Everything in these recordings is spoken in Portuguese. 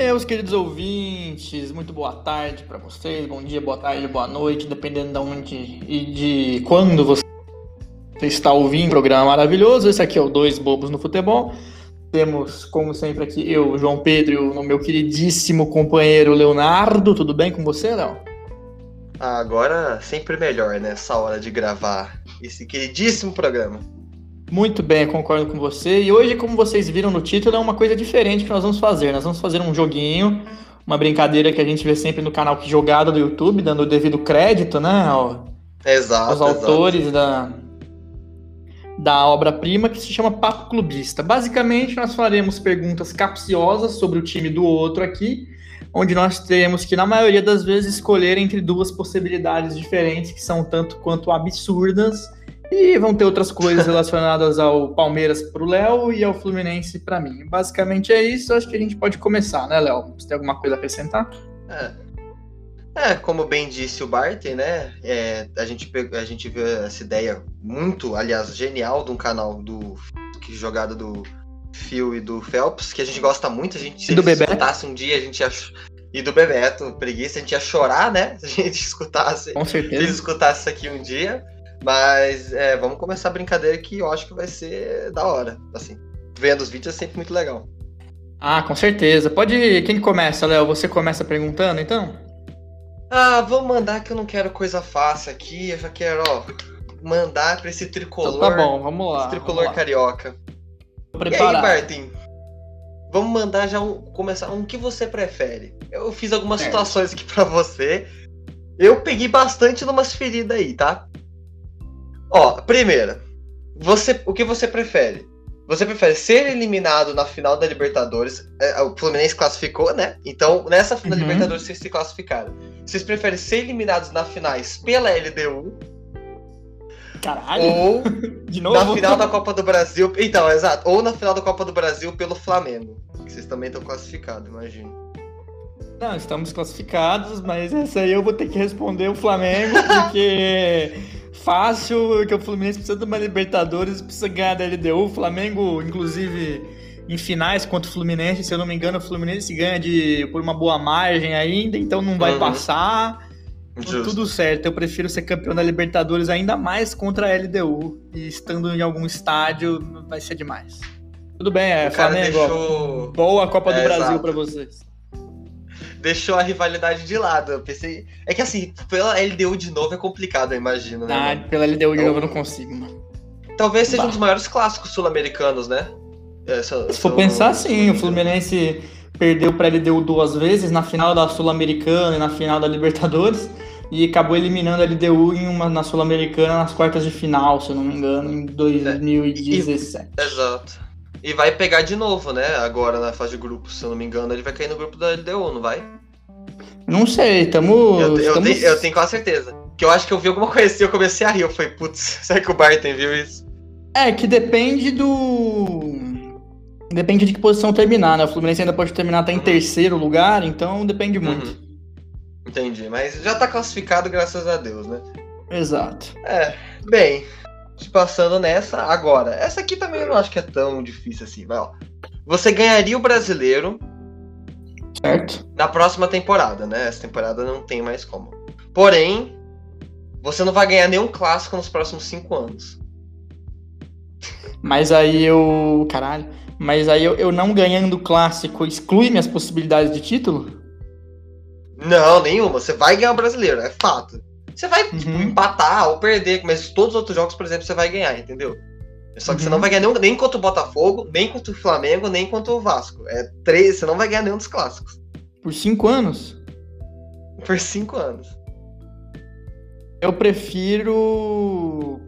Meus queridos ouvintes, muito boa tarde para vocês, bom dia, boa tarde, boa noite, dependendo de onde e de quando você está ouvindo o programa maravilhoso. Esse aqui é o Dois Bobos no Futebol. Temos, como sempre, aqui eu, João Pedro, e o meu queridíssimo companheiro Leonardo. Tudo bem com você, Léo? Agora sempre melhor, né? Essa hora de gravar esse queridíssimo programa. Muito bem, eu concordo com você. E hoje, como vocês viram no título, é uma coisa diferente que nós vamos fazer. Nós vamos fazer um joguinho, uma brincadeira que a gente vê sempre no canal Que Jogada do YouTube, dando o devido crédito, né? Exato. Aos autores da obra-prima, que se chama Papo Clubista. Basicamente, nós faremos perguntas capciosas sobre o time do outro aqui, onde nós teremos que, na maioria das vezes, escolher entre duas possibilidades diferentes, que são tanto quanto absurdas. E vão ter outras coisas relacionadas ao Palmeiras pro Léo e ao Fluminense pra mim. Basicamente é isso, acho que a gente pode começar, né, Léo? Você tem alguma coisa a acrescentar? Como bem disse o Bartem, né? A gente viu essa ideia muito, aliás, genial de um canal que jogada do Phil e do Phelps, que a gente gosta muito, se do eles escutasse um dia, a gente ia... E do Bebeto, preguiça, a gente ia chorar, né? Se a gente escutasse. Com certeza. Se eles escutassem isso aqui um dia. Mas vamos começar a brincadeira que eu acho que vai ser da hora. Assim, vendo os vídeos é sempre muito legal. Ah, com certeza. Quem começa, Léo? Você começa perguntando, então? Vamos mandar que eu não quero coisa fácil aqui. Eu já quero, mandar pra esse tricolor. Então tá bom, vamos lá. Esse tricolor carioca. Tô preparado. E aí, Martin? Vamos mandar já começar um que você prefere. Eu fiz algumas situações aqui pra você. Eu peguei bastante numas feridas aí, tá? Primeira, o que você prefere? Você prefere ser eliminado na final da Libertadores? O Fluminense classificou, né? Então, nessa final da Libertadores, vocês se classificaram. Vocês preferem ser eliminados na finais pela LDU? Caralho! Ou de novo? na final da Copa do Brasil... Então, exato. Ou na final da Copa do Brasil pelo Flamengo. Que vocês também estão classificados, imagino. Não, estamos classificados, mas essa aí eu vou ter que responder o Flamengo, porque... Fácil, que o Fluminense precisa de uma Libertadores, precisa ganhar da LDU. O Flamengo, inclusive, em finais contra o Fluminense, se eu não me engano, o Fluminense ganha por uma boa margem ainda, então não vai passar. Tudo certo, eu prefiro ser campeão da Libertadores ainda mais contra a LDU. E estando em algum estádio, vai ser demais. Tudo bem, Flamengo, boa Copa do Brasil pra vocês. Deixou a rivalidade de lado. Eu pensei... É que assim, pela LDU de novo é complicado, eu imagino, né? Pela LDU de novo eu não consigo, mano. Talvez seja um dos maiores clássicos sul-americanos, né? Se for pensar, sim. O Fluminense perdeu pra LDU 2 vezes, na final da Sul-Americana e na final da Libertadores, e acabou eliminando a LDU na Sul-Americana nas quartas de final, se eu não me engano, em 2017. Exato. E vai pegar de novo, né? Agora na fase de grupos, se eu não me engano, ele vai cair no grupo da LDU, não vai? Não sei, eu tenho quase certeza. Que eu acho que eu vi alguma coisa assim, eu comecei a rir. Eu falei, putz, será que o Barton viu isso? Que depende Depende de que posição terminar, né? O Fluminense ainda pode terminar até em terceiro lugar, então depende muito. Entendi, mas já tá classificado, graças a Deus, né? Exato. Bem... Passando nessa, agora. Essa aqui também eu não acho que é tão difícil assim. Você ganharia o Brasileiro. Certo. Na próxima temporada, né? Essa temporada não tem mais como. Porém, você não vai ganhar nenhum clássico nos próximos 5 anos. Mas aí eu não ganhando o clássico exclui minhas possibilidades de título? Não, nenhuma. Você vai ganhar o Brasileiro, é fato. Você vai empatar ou perder, mas todos os outros jogos, por exemplo, você vai ganhar, entendeu? Só que você não vai ganhar nem contra o Botafogo, nem contra o Flamengo, nem contra o Vasco. Você não vai ganhar nenhum dos clássicos. Por 5 anos? Por 5 anos. Eu prefiro...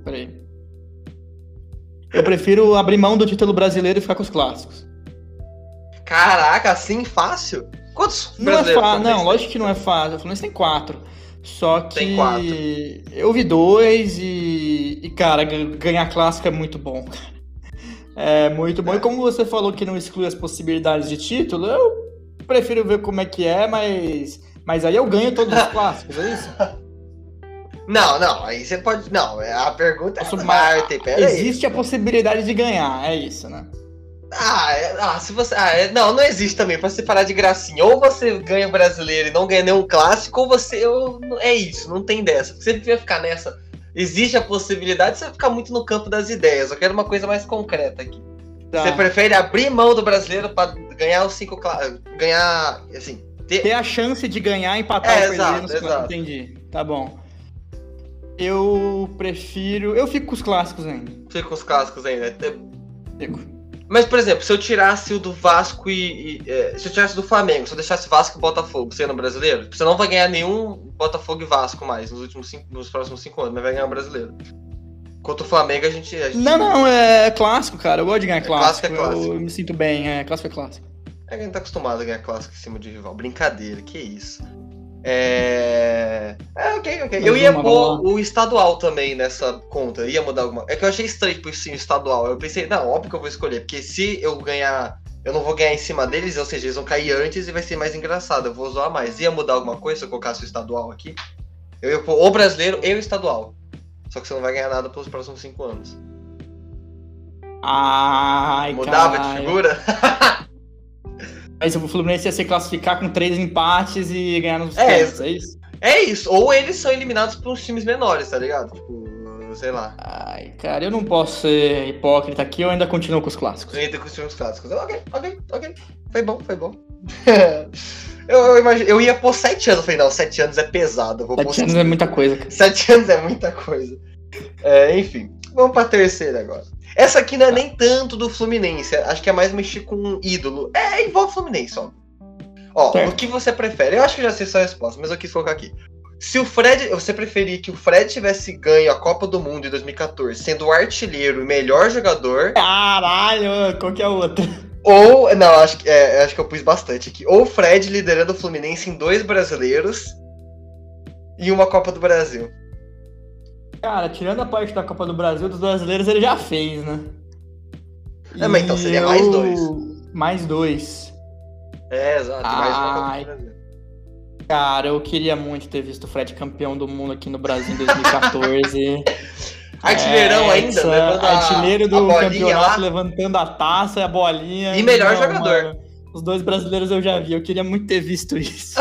Eu prefiro abrir mão do título brasileiro e ficar com os clássicos. Caraca, assim fácil? Quantos não brasileiros? Não, lógico que não é fácil. O Fluminense tem 4. Só que eu vi 2 e, cara, ganhar clássico é muito bom, cara. É muito bom. E como você falou que não exclui as possibilidades de título, eu prefiro ver como é que é, mas aí eu ganho todos os clássicos, é isso? Não, aí você pode... Não, a pergunta é... Martin, existe a possibilidade de ganhar, é isso, né? Se você. Não, não existe também, pra você parar de gracinha. Ou você ganha o brasileiro e não ganha nenhum clássico, ou você. É isso, não tem dessa. Você vai ficar nessa. Existe a possibilidade de você ficar muito no campo das ideias. Eu quero uma coisa mais concreta aqui. Tá. Você prefere abrir mão do brasileiro pra ganhar os 5 clássicos? Ganhar, assim. Ter a chance de ganhar, empatar ou perder nos exato. Entendi. Tá bom. Eu prefiro. Eu fico com os clássicos ainda. Fico com os clássicos ainda. Fico. Mas, por exemplo, se eu tirasse o do Vasco se eu tirasse do Flamengo, se eu deixasse Vasco e Botafogo sendo brasileiro, você não vai ganhar nenhum Botafogo e Vasco mais nos próximos 5 anos, mas vai ganhar um brasileiro. Contra o Flamengo a gente... Não, é clássico, cara. Eu gosto de ganhar clássico. Clássico é clássico. Eu me sinto bem, clássico é clássico. É que a gente tá acostumado a ganhar clássico em cima de rival. Brincadeira, que isso. Ok. Eu ia pôr o estadual também nessa conta. Ia mudar alguma. É que eu achei estranho por sim o estadual. Eu pensei, não, óbvio que eu vou escolher. Porque se eu ganhar, eu não vou ganhar em cima deles, ou seja, eles vão cair antes e vai ser mais engraçado. Eu vou zoar mais. Ia mudar alguma coisa se eu colocasse o estadual aqui? Eu ia pôr o brasileiro e o estadual. Só que você não vai ganhar nada pelos próximos 5 anos. Mudava de figura? Mas o Fluminense ia se classificar com 3 empates e ganhar nos pênaltis, é isso? É isso. Ou eles são eliminados por uns times menores, tá ligado? Tipo, sei lá. Ai, cara, eu não posso ser hipócrita aqui, eu ainda continuo com os clássicos. Eu ainda continuo com os clássicos. Ok. Foi bom. Eu ia pôr 7 anos. Eu falei, não, 7 anos é pesado. 7 anos é muita coisa. 7 anos é muita coisa. Enfim, vamos pra terceira agora. Essa aqui não é nem tanto do Fluminense, acho que é mais mexer com um ídolo. Envolve o Fluminense, ó. O que você prefere? Eu acho que já sei sua resposta, mas eu quis colocar aqui. Se o Fred, você preferir que o Fred tivesse ganho a Copa do Mundo em 2014, sendo o artilheiro e melhor jogador... Caralho, qual que é a outra? Ou, não, acho que eu pus bastante aqui. Ou o Fred liderando o Fluminense em 2 brasileiros e uma Copa do Brasil. Cara, tirando a parte da Copa do Brasil, dos brasileiros ele já fez, né? Mas então seria mais 2. Mais 2. Exato, mais uma Copa do Brasil. Cara, eu queria muito ter visto o Fred campeão do mundo aqui no Brasil em 2014. Artilheirão ainda, levando artilheiro do campeonato, lá. Levantando a taça, a bolinha. E melhor jogador. Mano, os 2 brasileiros eu já vi, eu queria muito ter visto isso.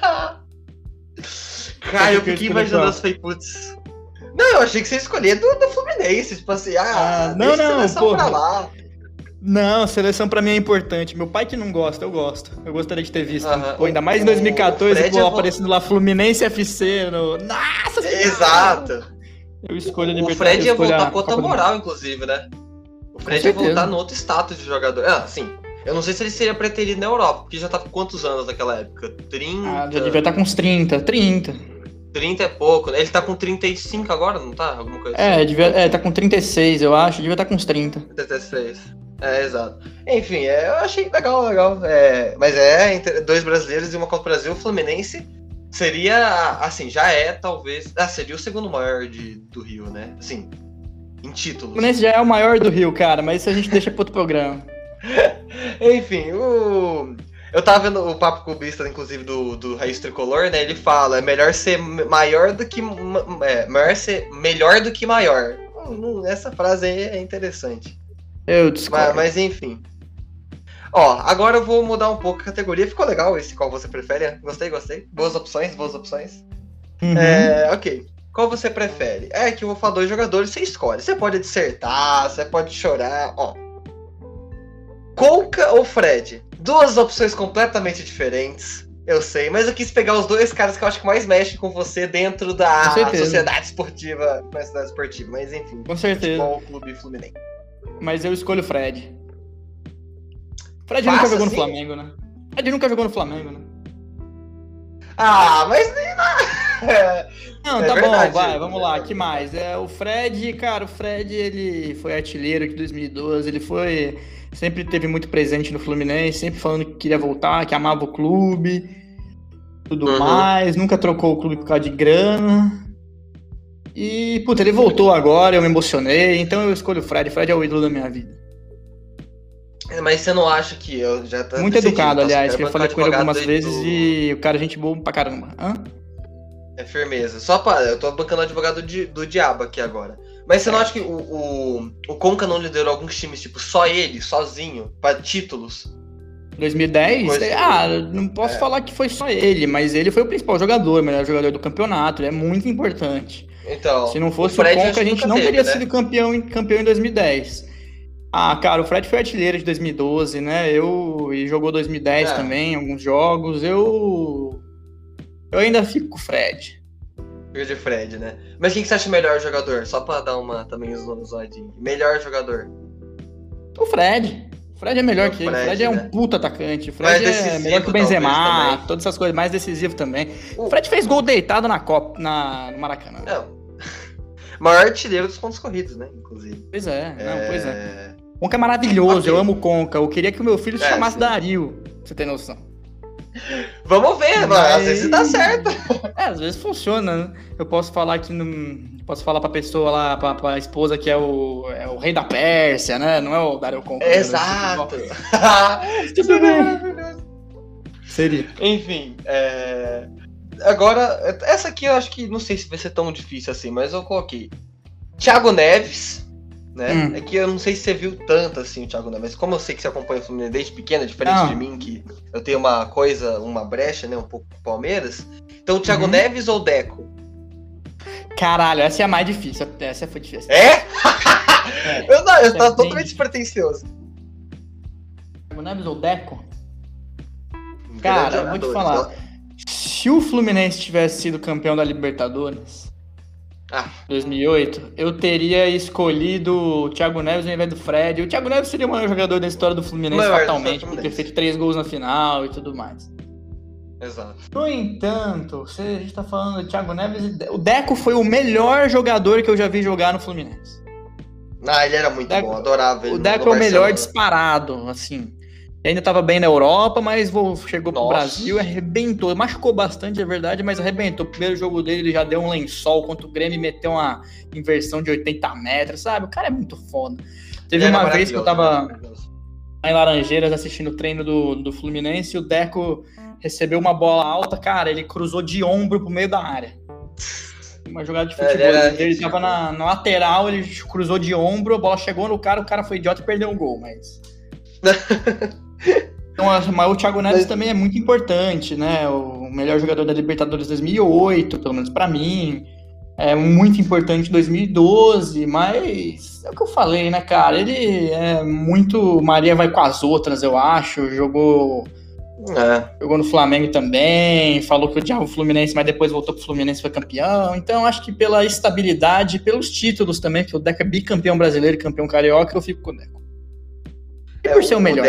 Cara, eu fiquei imaginando as putz. Não, eu achei que você ia escolher do Fluminense, tipo assim, não, seleção pra lá. Não, seleção pra mim é importante. Meu pai que não gosta, eu gosto. Eu gostaria de ter visto. Ainda mais em 2014, aparecendo lá Fluminense FC no... Nossa! Exato! Eu escolho a Libertadores. O Fred ia voltar com outra moral, inclusive, né? O Fred ia voltar no outro status de jogador. Sim. Eu não sei se ele seria preterido na Europa, porque já tá com quantos anos naquela época? 30? Já devia estar com uns 30. 30 é pouco, né? Ele tá com 35 agora, não tá? Alguma coisa assim. Tá com 36, eu acho. Devia estar com uns 30. 36. Exato. Enfim, eu achei legal. Mas 2 brasileiros e uma Copa do Brasil. O Fluminense seria, assim, já talvez... seria o segundo maior do Rio, né? Assim, em títulos. O Fluminense já é o maior do Rio, cara, mas isso a gente deixa pro outro programa. Enfim, eu tava vendo o Papo Clubista, inclusive, do Raiz Tricolor, né? Ele fala, é melhor ser maior do que... melhor ser melhor do que maior. Essa frase aí é interessante. Eu discordo. Mas enfim. Agora eu vou mudar um pouco a categoria. Ficou legal esse qual você prefere? Gostei. Boas opções. Uhum. Ok. Qual você prefere? Que eu vou falar 2 jogadores, você escolhe. Você pode dissertar, você pode chorar. Couca ou Fred? 2 opções completamente diferentes. Eu sei, mas eu quis pegar os 2 caras que eu acho que mais mexem com você dentro da sociedade esportiva. Mas enfim. Com certeza. Futebol Clube Fluminense. Mas eu escolho o Fred. Fred nunca jogou no Flamengo, né? Mas nem nada. Não, tá verdade, bom, vai, vamos lá, que mais? O Fred, cara, ele foi artilheiro aqui em 2012, ele sempre teve muito presente no Fluminense, sempre falando que queria voltar, que amava o clube, tudo mais, nunca trocou o clube por causa de grana. E, ele voltou agora, eu me emocionei, então eu escolho o Fred é o ídolo da minha vida. Mas você não acha que eu já tá... Muito educado, aliás, que eu falei com ele algumas vezes e o cara é gente boa pra caramba. É firmeza. Eu tô bancando o advogado do diabo aqui agora. Mas você não acha que o Conca não liderou alguns times, tipo, só ele, sozinho, pra títulos? 2010? Coisa- Não posso falar que foi só ele, mas ele foi o principal jogador, o melhor jogador do campeonato. Ele é muito importante. Então, Se não fosse o Fred Conca, acho a que gente nunca não teve, teria né? sido campeão em 2010. Cara, o Fred foi artilheiro de 2012, né? E jogou 2010 É. também, alguns jogos. Eu ainda fico com o Fred. De Fred, né? Mas quem que você acha o melhor jogador? Só pra dar uma também zoadinha. Melhor jogador. O Fred. O Fred é melhor que ele. O Fred, Fred é né? um puta atacante. O Mais Fred é decisivo, melhor que o talvez, Benzema, também. todas essas coisas. Mais decisivo também. O- O Fred fez gol deitado na Copa, no Maracanã. Não. Maior artilheiro dos pontos corridos, né? Inclusive. Pois é. É. O Conca é maravilhoso, Ok. eu amo o Conca. Eu queria que o meu filho se chamasse sim. Dario, pra você ter noção. Vamos ver, mano. Às vezes dá certo. Às vezes funciona, né? Eu posso falar que posso falar pra pessoa lá, pra esposa que é o rei da Pérsia, né? Não é o Dario Conca. Exato. Tudo é bem. Seria. Enfim, agora, essa aqui eu acho que não sei se vai ser tão difícil assim, mas eu coloquei Thiago Neves, né? É que eu não sei se você viu tanto assim o Thiago Neves, mas como eu sei que você acompanha o Fluminense desde pequeno, diferente de mim, que eu tenho uma brecha, né, um pouco com o Palmeiras. Então, Thiago Neves ou Deco? Caralho, essa é a mais difícil. Essa foi difícil. É? Eu tava Bem totalmente despretensioso. Thiago Neves ou Deco? Grandes Cara, eu vou te jogadores. falar. Se o Fluminense tivesse sido campeão da Libertadores 2008, eu teria escolhido o Thiago Neves ao invés do Fred. O Thiago Neves seria o maior jogador da história do Fluminense Maior da fatalmente, história do por ter Fluminense. feito 3 gols na final e tudo mais. Exato. No entanto, a gente tá falando do Thiago Neves, o Deco foi o melhor jogador que eu já vi jogar no Fluminense. Ele era muito bom, adorava ele. O Deco é o melhor disparado, assim. Ainda tava bem na Europa, mas chegou pro Brasil, arrebentou. Machucou bastante, é verdade, mas arrebentou. O primeiro jogo dele, ele já deu um lençol contra o Grêmio e meteu uma inversão de 80 metros, sabe? O cara é muito foda. Teve uma vez que eu tava em Laranjeiras assistindo o treino do Fluminense e o Deco recebeu uma bola alta, cara, ele cruzou de ombro pro meio da área. Uma jogada de futebol. Ele tava na lateral, ele cruzou de ombro, a bola chegou no cara, o cara foi idiota e perdeu um gol, mas... Então, mas o Thiago Neves também é muito importante, né? O melhor jogador da Libertadores 2008, pelo menos pra mim. É muito importante em 2012, mas é o que eu falei, né, cara? Ele é muito... Maria vai com as outras, eu acho. Jogou no Flamengo também, falou que odiava o Fluminense, mas depois voltou pro Fluminense e foi campeão. Então, acho que pela estabilidade, pelos títulos também, que o Deco é bicampeão brasileiro e campeão carioca, eu fico com o Deco. E por ser o melhor.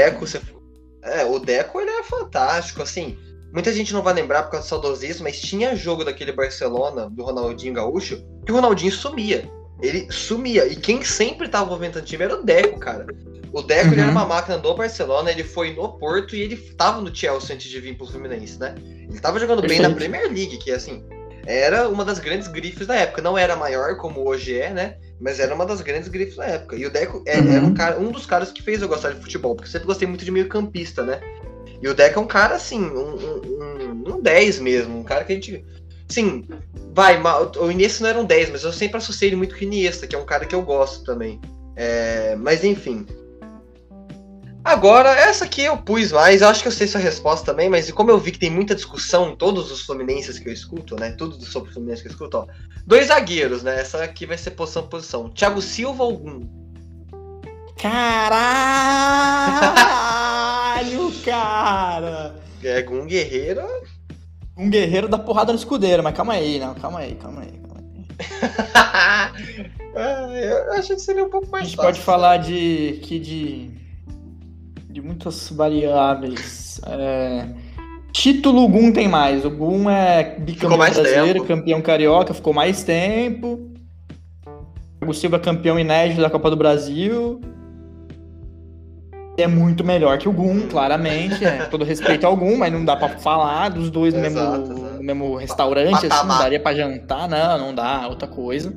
O Deco, ele é fantástico, assim. Muita gente não vai lembrar por causa do saudosismo, mas tinha jogo daquele Barcelona, do Ronaldinho Gaúcho, que o Ronaldinho sumia. Ele sumia. E quem sempre tava movimentando o time era o Deco, cara. O Deco, ele era uma máquina do Barcelona, ele foi no Porto e ele tava no Chelsea antes de vir pro Fluminense, né? Ele tava jogando bem na Premier League, que assim, era uma das grandes grifes da época. Não era maior como hoje é, né? Mas era uma das grandes grifes da época. E o Deco era um dos caras que fez eu gostar de futebol, porque eu sempre gostei muito de meio campista, né? E o Deco é um cara, assim, um 10 mesmo, um cara que a gente... Sim, o Iniesta não era um 10, mas eu sempre associei ele muito com o Iniesta, que é um cara que eu gosto também. Mas enfim. Agora, essa aqui eu pus mais, eu acho que eu sei sua resposta também, mas como eu vi que tem muita discussão em todos os Fluminenses que eu escuto, né? Tudo sobre o Fluminense que eu escuto, ó. 2 zagueiros, né? Essa aqui vai ser posição por posição. Thiago Silva ou Gum? Caralho, cara! Gum Guerreiro. Um guerreiro dá porrada no escudeiro, mas calma aí. Eu acho que seria um pouco mais fácil. A gente pode falar de muitas variáveis. Título, o Gum tem mais. O Gum é bicampeão brasileiro, campeão carioca, ficou mais tempo. O Silva é campeão inédito da Copa do Brasil. É muito melhor que o Gum, claramente. Todo respeito ao Gum, mas não dá pra falar dos dois no mesmo restaurante, assim, não daria pra jantar, não dá, outra coisa.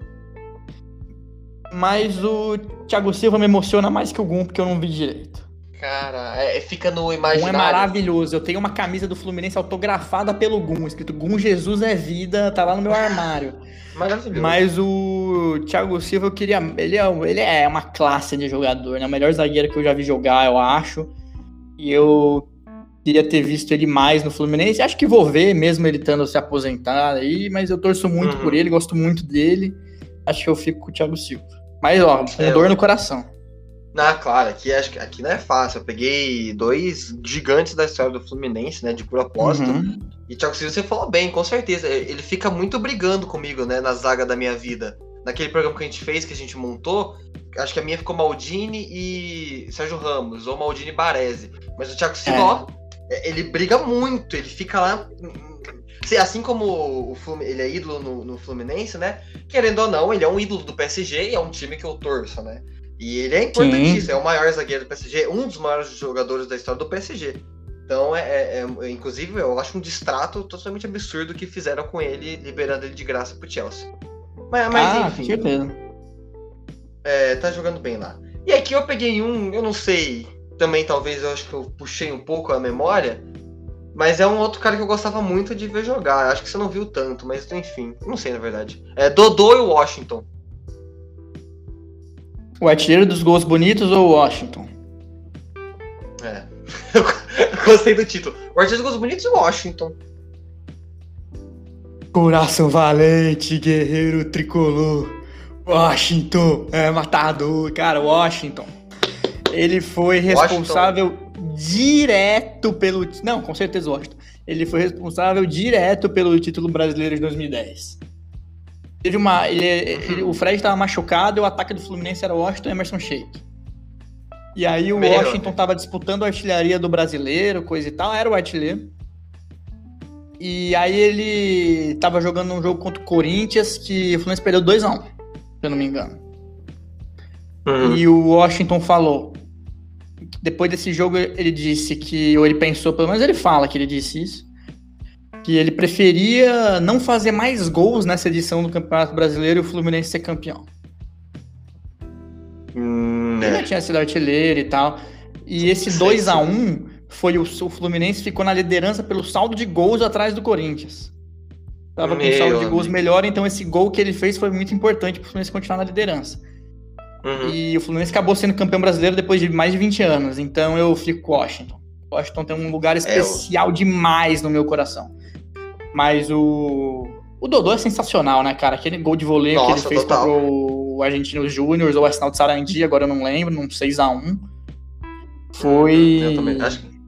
Mas o Thiago Silva me emociona mais que o Gum, porque eu não vi direito. Cara, fica no Gun imaginário. é maravilhoso. Eu tenho uma camisa do Fluminense autografada pelo Gun, escrito Gun Jesus é vida, tá lá no meu armário. Maravilhoso. Mas o Thiago Silva, eu queria. Ele é uma classe de jogador, né? O melhor zagueiro que eu já vi jogar, eu acho. E eu queria ter visto ele mais no Fluminense. Acho que vou ver, mesmo ele estando se aposentado aí, mas eu torço muito por ele, gosto muito dele. Acho que eu fico com o Thiago Silva. Mas, ó, com dor no coração. Claro, aqui não é fácil. Eu peguei 2 gigantes da história do Fluminense, né? De pura aposta. E Thiago Silva, você falou bem, com certeza. Ele fica muito brigando comigo, né? Na zaga da minha vida. Naquele programa que a gente fez, que a gente montou, acho que a minha ficou Maldini e Sérgio Ramos, ou Maldini e Baresi. Mas o Thiago Silva, ó, ele briga muito, ele fica lá. Assim como o Fluminense, ele é ídolo no Fluminense, né? Querendo ou não, ele é um ídolo do PSG e é um time que eu torço, né? E ele é importantíssimo, é o maior zagueiro do PSG, um dos maiores jogadores da história do PSG. Então, inclusive, eu acho um distrato totalmente absurdo que fizeram com ele, liberando ele de graça pro Chelsea. Mas enfim. Com certeza. Tá jogando bem lá. E aqui eu peguei eu não sei, também talvez eu acho que eu puxei um pouco a memória, mas é um outro cara que eu gostava muito de ver jogar. Acho que você não viu tanto, mas enfim, não sei na verdade. Dodô e Washington. O artilheiro dos gols bonitos ou o Washington? Eu gostei do título. O artilheiro dos gols bonitos e o Washington. Coração valente, guerreiro tricolor. Washington é matador. Cara, Washington. Ele foi responsável direto pelo... Não, com certeza Washington. Ele foi responsável direto pelo título brasileiro de 2010. Teve o Fred estava machucado e o ataque do Fluminense era Washington e Emerson Sheik. E aí o Washington estava disputando a artilharia do brasileiro, coisa e tal, era o artilheiro. E aí ele estava jogando um jogo contra o Corinthians que o Fluminense perdeu 2-1, se eu não me engano. E o Washington falou, depois desse jogo ele disse que, ou ele pensou, pelo menos ele fala que ele disse isso, que ele preferia não fazer mais gols nessa edição do Campeonato Brasileiro e o Fluminense ser campeão. Ele tinha sido artilheiro e tal. E esse 2-1 foi o Fluminense ficou na liderança pelo saldo de gols atrás do Corinthians. Tava com um saldo de gols melhor, então esse gol que ele fez foi muito importante pro Fluminense continuar na liderança. E o Fluminense acabou sendo campeão brasileiro depois de mais de 20 anos. Então eu fico com o Washington. O Washington tem um lugar especial demais no meu coração. Mas o Dodô é sensacional, né, cara? Aquele gol de voleio que ele fez contra o Argentinos Júnior ou o Arsenal de Sarandi, agora eu não lembro, num 6-1. Foi... Eu também acho que...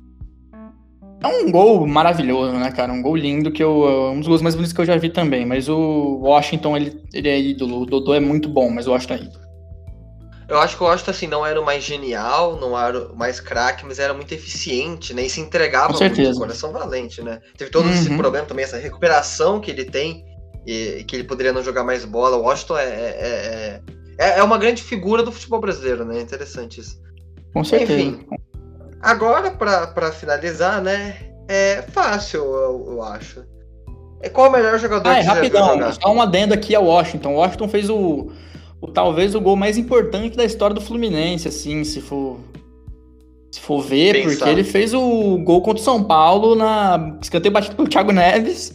É um gol maravilhoso, né, cara? Um gol lindo, um dos gols mais bonitos que eu já vi também. Mas o Washington, ele é ídolo. O Dodô é muito bom, mas o Washington é ídolo. Eu acho que o Washington, assim, não era o mais genial, não era o mais craque, mas era muito eficiente, né? E se entregava muito, coração valente, né? Teve todo esse problema também, essa recuperação que ele tem, e que ele poderia não jogar mais bola. O Washington é uma grande figura do futebol brasileiro, né? Interessante isso. Com certeza. Enfim, agora, pra finalizar, né? É fácil, eu acho. Qual o melhor jogador que você rapidão, já viu jogar? Só um adendo aqui ao Washington. O Washington fez talvez o gol mais importante da história do Fluminense, assim, se for ver, porque ele fez o gol contra o São Paulo na escanteio batido pelo Thiago Neves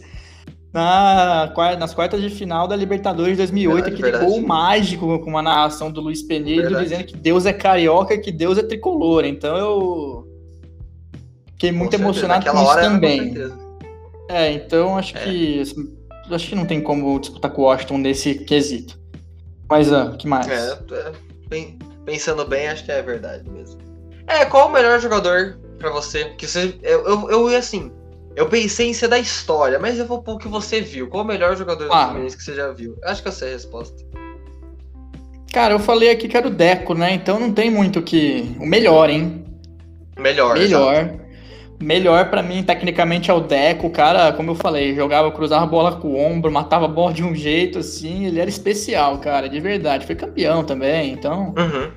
nas quartas de final da Libertadores de 2008, aquele gol mágico com uma narração do Luiz Penedo dizendo que Deus é carioca e que Deus é tricolor. Então eu fiquei muito emocionado com isso também. Então acho que não tem como disputar com o Washington nesse quesito. Mas, que mais? Pensando bem, acho que é verdade mesmo. Qual o melhor jogador pra você? Que você assim, eu pensei em ser da história, mas eu vou pôr o que você viu. Qual o melhor jogador do Fluminense que você já viu? Acho que eu sei a resposta. Cara, eu falei aqui que era o Deco, né? Então não tem muito que... O melhor, hein? Melhor. Melhor pra mim, tecnicamente, é o Deco. O cara, como eu falei, cruzava a bola com o ombro, matava a bola de um jeito, assim. Ele era especial, cara, de verdade. Foi campeão também, então...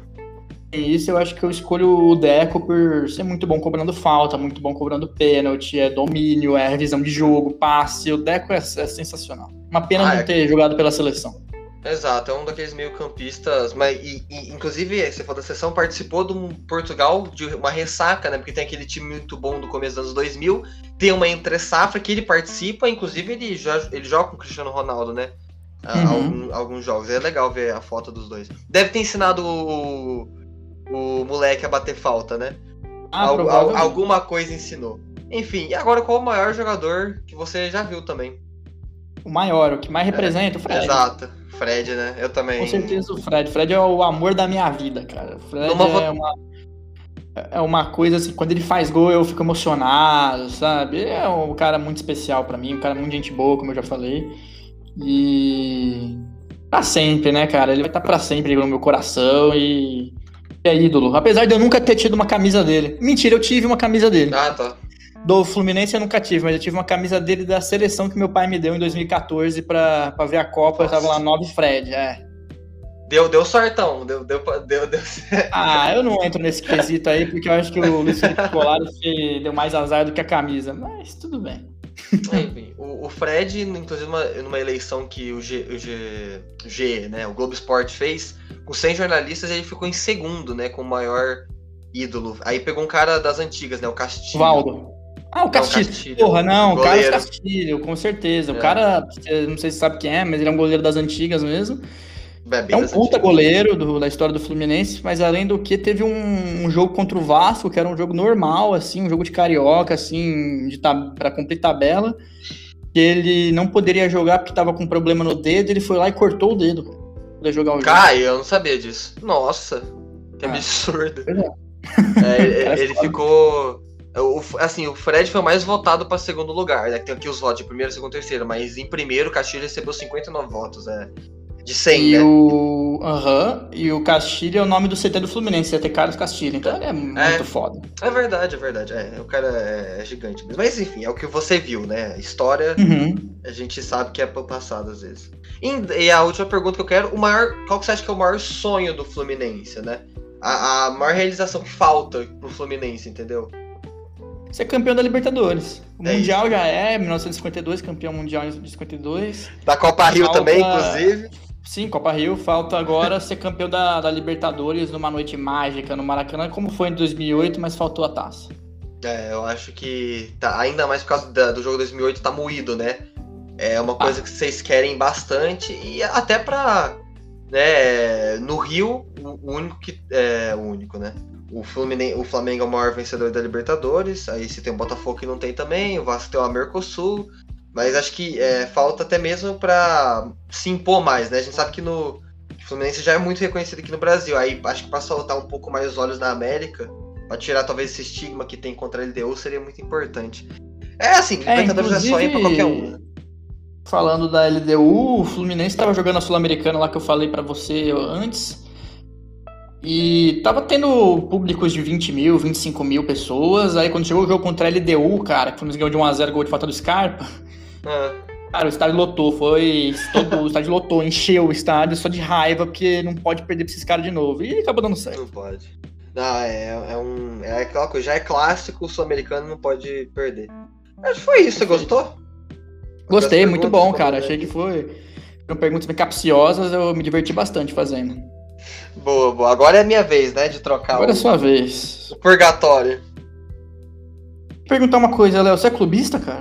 E isso eu acho que eu escolho o Deco por ser muito bom cobrando falta, muito bom cobrando pênalti, domínio, revisão de jogo, passe. O Deco é sensacional. Uma pena não ter jogado pela seleção. Exato, é um daqueles meio-campistas, mas inclusive, você falou da seleção, participou do Portugal de uma ressaca, né? Porque tem aquele time muito bom do começo dos anos 2000, tem uma entre-safra que ele participa, inclusive ele joga com o Cristiano Ronaldo, né? Alguns jogos. É legal ver a foto dos dois. Deve ter ensinado o moleque a bater falta, né? Alguma coisa ensinou. Enfim, e agora qual o maior jogador que você já viu também? O maior, o que mais representa, o Fred. Exato, Fred, né? Eu também. Com certeza o Fred. Fred é o amor da minha vida, cara. O Fred é uma coisa assim, quando ele faz gol eu fico emocionado, sabe? É um cara muito especial pra mim, um cara muito gente boa, como eu já falei. E pra sempre, né, cara? Ele vai estar pra sempre no meu coração e é ídolo. Apesar de eu nunca ter tido uma camisa dele. Mentira, eu tive uma camisa dele. Ah, tá. Do Fluminense eu nunca tive, mas eu tive uma camisa dele da seleção que meu pai me deu em 2014 pra ver a Copa. Nossa. Eu tava lá 9 Fred, Deu sortão, deu. Ah, eu não entro nesse quesito aí, porque eu acho que o Luiz Felipe Scolari deu mais azar do que a camisa, mas tudo bem. Enfim, o Fred, inclusive numa eleição que o né, o Globo Esporte fez, com 100 jornalistas, ele ficou em segundo, né, com o maior ídolo. Aí pegou um cara das antigas, né, o Castilho. Valdo. Ah, o Castilho. Porra, não, o Carlos Castilho, com certeza. O cara, não sei se sabe quem é, mas ele é um goleiro das antigas mesmo. É um puta goleiro da história do Fluminense, mas além do que, teve um jogo contra o Vasco, que era um jogo normal, assim, um jogo de carioca, assim, pra cumprir tabela, que ele não poderia jogar porque tava com problema no dedo, ele foi lá e cortou o dedo pra poder jogar o jogo. Eu não sabia disso. Nossa, que absurdo. Ele ficou... Assim, o Fred foi o mais votado para segundo lugar, né? Tem aqui os votos de primeiro, segundo, terceiro, mas em primeiro o Castilho recebeu 59 votos, de 100, né? E o Castilho é o nome do CT do Fluminense, CT Carlos Castilho, então ele é muito foda. É verdade. O cara é gigante mesmo. Mas enfim, é o que você viu, né? A história, a gente sabe que é pro passado às vezes. E a última pergunta que eu quero, qual que você acha que é o maior sonho do Fluminense, né? A maior realização que falta pro Fluminense, entendeu? Ser campeão da Libertadores. O Mundial isso. Já é 1952, campeão mundial de 52. Da Copa Rio também, inclusive. Sim, Copa Rio. Falta agora ser campeão da Libertadores numa noite mágica no Maracanã, como foi em 2008, mas faltou a taça. Eu acho que ainda mais por causa do jogo 2008 tá moído, né? É uma coisa que vocês querem bastante e até pra... né, no Rio, o único, né? O Flamengo é o maior vencedor da Libertadores. Aí você tem o Botafogo que não tem também. O Vasco tem o Mercosul. Mas acho que falta até mesmo pra se impor mais, né? A gente sabe que o Fluminense já é muito reconhecido aqui no Brasil. Aí acho que pra soltar um pouco mais os olhos na América, pra tirar talvez esse estigma que tem contra a LDU, seria muito importante. Libertadores é só ir pra qualquer um, né? Falando da LDU, o Fluminense estava jogando a Sul-Americana lá que eu falei pra você antes. E tava tendo públicos de 20 mil, 25 mil pessoas. Aí quando chegou o jogo contra a LDU, cara, que o Fluminense ganhou de 1-0, gol de falta do Scarpa. Cara, o estádio lotou, o estádio lotou, encheu o estádio só de raiva, porque não pode perder pra esses caras de novo. E acabou dando certo. Não pode. Não, é aquela coisa, já é clássico, o sul-americano não pode perder. Acho que foi isso, você gostou? Gostei, muito bom, cara. Achei que foram perguntas bem capciosas, eu me diverti bastante fazendo. Boa. Agora é a minha vez, né, de trocar. Agora é a sua vez. O purgatório. Vou perguntar uma coisa, Léo, você é clubista, cara?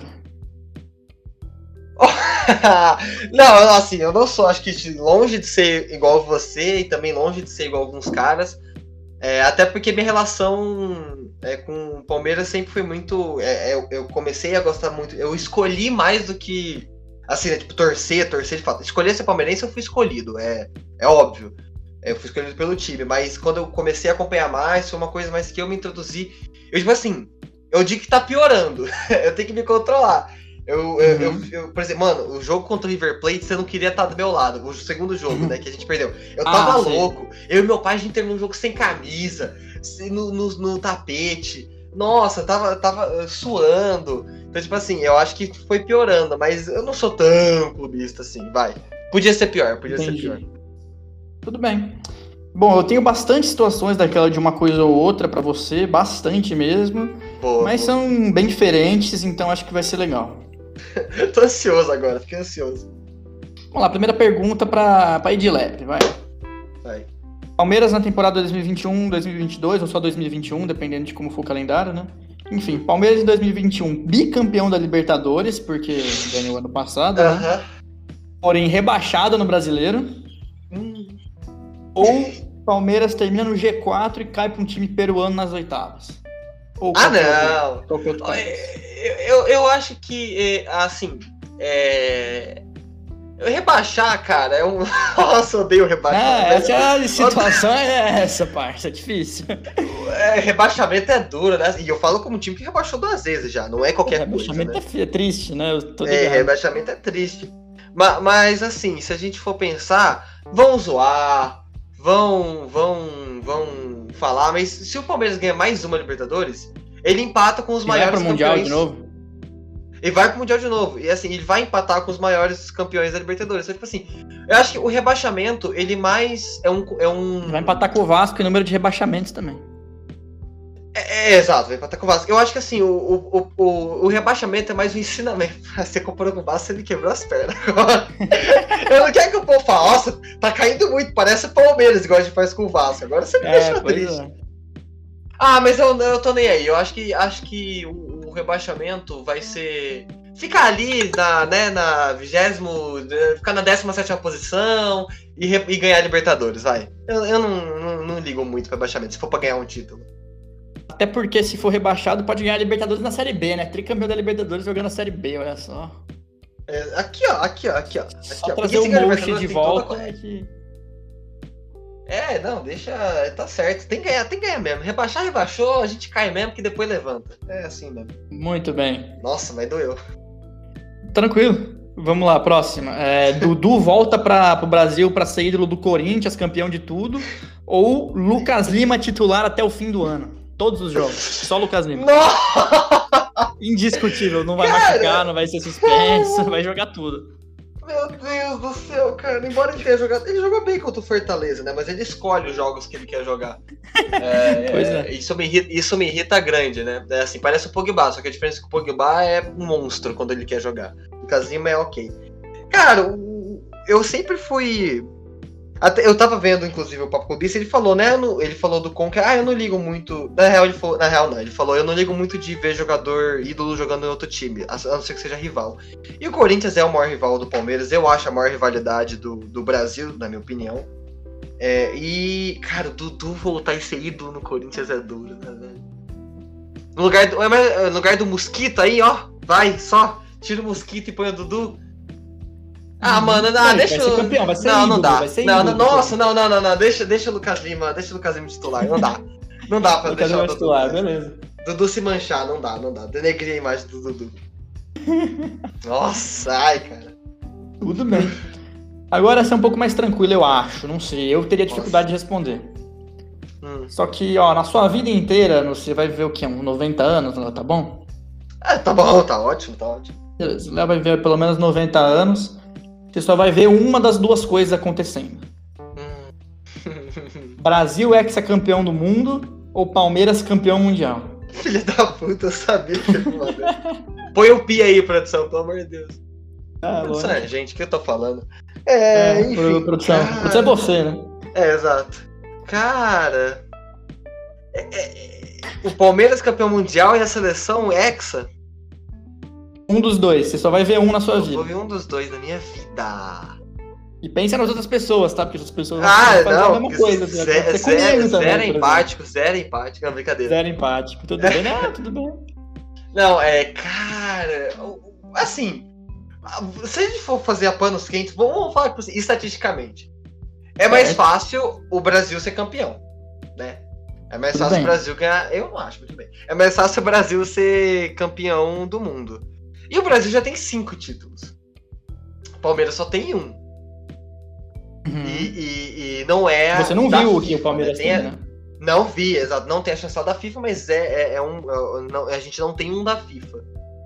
Não, assim, eu não sou, acho que longe de ser igual você e também longe de ser igual alguns caras. Até porque minha relação com o Palmeiras sempre foi muito... eu comecei a gostar muito, eu escolhi mais do que... Assim, né, tipo, torcer de fato. Escolher ser palmeirense eu fui escolhido, é óbvio. Eu fui escolhido pelo time, mas quando eu comecei a acompanhar mais, foi uma coisa mais que eu me introduzi. Eu, tipo assim, eu digo que tá piorando. Eu tenho que me controlar. Eu, por exemplo, mano, o jogo contra o River Plate, você não queria estar do meu lado. O segundo jogo, né, que a gente perdeu. Eu tava louco. Eu e meu pai, a gente terminou um jogo sem camisa, no tapete. Nossa, tava suando. Então, tipo assim, eu acho que foi piorando, mas eu não sou tão clubista assim, vai. Podia ser pior. Tudo bem. Bom, eu tenho bastante situações daquela de uma coisa ou outra pra você, bastante mesmo. Mas são bem diferentes, então acho que vai ser legal. Tô ansioso agora, fiquei ansioso. Vamos lá, primeira pergunta pra ir de leve, vai. Palmeiras na temporada 2021, 2022, ou só 2021, dependendo de como for o calendário, né? Enfim, Palmeiras em 2021, bicampeão da Libertadores, porque ganhou ano passado, né? Porém rebaixado no Brasileiro. Ou Palmeiras termina no G4 e cai para um time peruano nas oitavas. Ou não! Outro eu acho que, assim, rebaixar, cara, é um... Nossa, eu odeio rebaixar. Essa situação é essa, parça, é difícil. Rebaixamento é duro, né? E eu falo como um time que rebaixou 2 vezes já, não é qualquer coisa, né? Rebaixamento é triste, né? Eu tô rebaixamento é triste. Mas, assim, se a gente for pensar, vão zoar, vão falar, mas se o Palmeiras ganha mais uma Libertadores, ele empata com os maiores campeões. Mundial de novo? Ele vai pro Mundial de novo. E assim, ele vai empatar com os maiores campeões da Libertadores. Então, tipo assim, eu acho que o rebaixamento, ele mais é um... Vai empatar com o Vasco em número de rebaixamentos também. Exato, vai empatar com o Vasco. Eu acho que assim, o rebaixamento é mais um ensinamento. Você comparou com o Vasco, ele quebrou as pernas. Eu não quero que o povo fale, nossa, tá caindo muito, parece o Palmeiras, igual a gente faz com o Vasco. Agora você me deixa triste. Mas eu tô nem aí. Eu acho que o rebaixamento vai ser... Ficar ali na 20º, ficar na 17ª posição e ganhar Libertadores, vai. Eu não ligo muito pro rebaixamento, se for pra ganhar um título. Até porque se for rebaixado, pode ganhar a Libertadores na Série B, né? Tricampeão da Libertadores jogando na Série B, olha só. Aqui, ó. Só trazer o Mochi de volta não, deixa... Tá certo, tem que ganhar mesmo. Rebaixou, a gente cai mesmo, que depois levanta. É assim mesmo. Muito bem. Nossa, mas doeu. Tranquilo. Vamos lá, próxima. Dudu volta pro Brasil pra ser ídolo do Corinthians, campeão de tudo. Ou Lucas Lima titular até o fim do ano. Todos os jogos. Só Lucas Lima. Nossa! Indiscutível. Não vai machucar, não vai ser suspenso. Vai jogar tudo. Meu Deus do céu, cara. Embora ele tenha jogado... Ele jogou bem contra o Fortaleza, né? Mas ele escolhe os jogos que ele quer jogar. Pois é. Isso me irrita grande, né? Assim, parece o Pogba. Só que a diferença é que o Pogba é um monstro quando ele quer jogar. O Lucas Lima é ok. Cara, eu sempre fui... eu tava vendo, inclusive, o Papo Clubista, ele falou, né? Ele falou do Conca, eu não ligo muito. Na real, ele falou, eu não ligo muito de ver jogador ídolo jogando em outro time, a não ser que seja rival. E o Corinthians é o maior rival do Palmeiras, eu acho a maior rivalidade do Brasil, na minha opinião. E, cara, o Dudu voltar a ser ídolo no Corinthians é duro, né, velho? No lugar do Mosquito aí, ó, vai, só, tira o Mosquito e põe o Dudu. Mano, deixa eu... campeão, vai ser não, ídolo, não dá. Vai ser não, ídolo, nossa, não. Deixa o Lucas Lima titular, não dá. Não dá pra deixar o Dudu. Titular, beleza. Dudu se manchar, não dá. Denegrir a imagem do Dudu. Nossa, ai, cara. Tudo bem. Agora essa é um pouco mais tranquilo, eu acho. Não sei, eu teria dificuldade de responder. Só que, ó, na sua vida inteira, você vai viver o quê? Uns 90 anos, tá bom? Tá bom, tá ótimo. Beleza, você vai viver pelo menos 90 anos. Você só vai ver uma das duas coisas acontecendo. Brasil campeão do mundo ou Palmeiras campeão mundial? Filha da puta, eu sabia que ele mandou. Põe o pi aí, produção, pelo amor de Deus. Produção é gente, o que eu tô falando? Enfim. Produção. Produção é você, né? Exato. Cara... o Palmeiras campeão mundial e a seleção hexa? Um dos dois, você só vai ver um na sua vida. Eu vou ver um dos dois na minha vida. E pensa nas outras pessoas, tá? Porque as pessoas vão fazer a mesma coisa. Zero empático. Não, brincadeira. Zero empático, tudo bem? Não, tudo bem. Não, cara... Assim, se a gente for fazer a panos quentes, vamos falar estatisticamente. É mais fácil o Brasil ser campeão, né? É mais fácil o Brasil ganhar... Eu não acho, muito bem. É mais fácil o Brasil ser campeão do mundo. E o Brasil já tem 5 títulos. O Palmeiras só tem 1. E não é... Você não viu o que o Palmeiras tem, né? Não vi, exato. Não tem a chancela da FIFA, mas a gente não tem um da FIFA.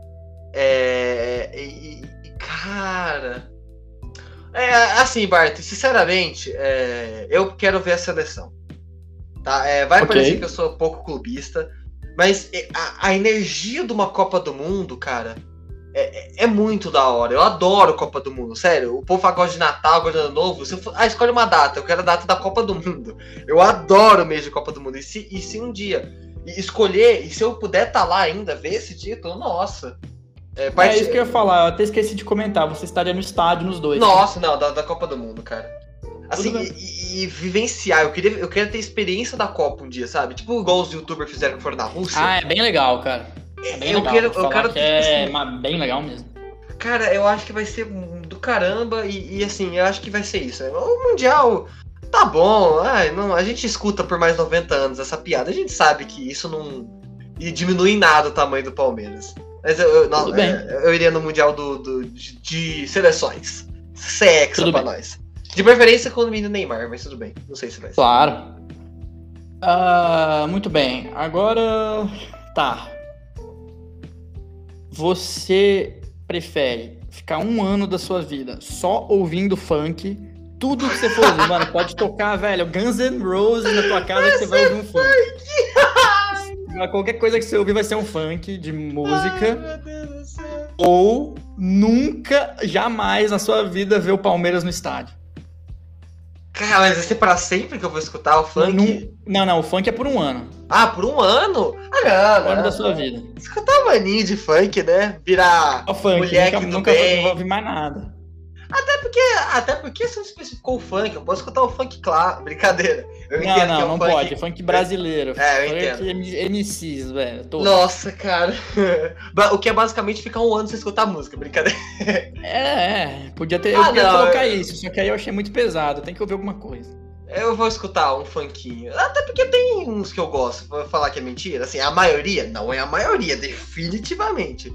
Cara... assim, Bart, sinceramente, eu quero ver a seleção. Tá? Vai parecer que eu sou pouco clubista, mas a energia de uma Copa do Mundo, cara, É muito da hora. Eu adoro Copa do Mundo, sério. O povo gosta de Natal, gosta de Ano Novo. Escolhe uma data. Eu quero a data da Copa do Mundo. Eu adoro o mês de Copa do Mundo. E se um dia escolher, e se eu puder estar lá ainda, ver esse título, nossa. É isso que eu ia falar. Eu até esqueci de comentar. Você estaria no estádio nos dois. Nossa, não, da Copa do Mundo, cara. Assim, e vivenciar. Eu queria ter experiência da Copa um dia, sabe? Tipo igual os youtubers fizeram que foram na Rússia. É bem legal, cara. É bem legal. Eu quero bem legal mesmo. Cara, eu acho que vai ser do caramba e assim, eu acho que vai ser isso. O Mundial tá bom, a gente escuta por mais 90 anos essa piada. A gente sabe que isso não diminui em nada o tamanho do Palmeiras. Mas eu iria no Mundial de seleções. Sexa pra nós. De preferência com o menino Neymar, mas tudo bem. Não sei se vai ser. Claro. Muito bem. Agora, tá. Você prefere ficar um ano da sua vida só ouvindo funk? Tudo que você for ouvir, mano, pode tocar, velho, Guns N' Roses na tua casa que você vai ouvir um funk. Qualquer coisa que você ouvir vai ser um funk de música. Meu Deus do céu. Ou nunca, jamais na sua vida ver o Palmeiras no estádio. Cara, mas vai ser pra sempre que eu vou escutar o funk? Não, o funk é por um ano. Por um ano? Não. Ano da sua vida. Escutar maninho de funk, né? Virar mulher que nunca vou ouvir mais nada. Até porque você não especificou o funk, eu posso escutar o funk claro, brincadeira. Não pode, funk brasileiro. Eu entendo. Funk MCs, velho. Nossa, cara. O que é basicamente ficar um ano sem escutar música, brincadeira. Podia ter, eu podia colocar isso, só que aí eu achei muito pesado, tem que ouvir alguma coisa. Eu vou escutar um funkinho, até porque tem uns que eu gosto, vou falar que é mentira, assim, a maioria, não é a maioria, definitivamente.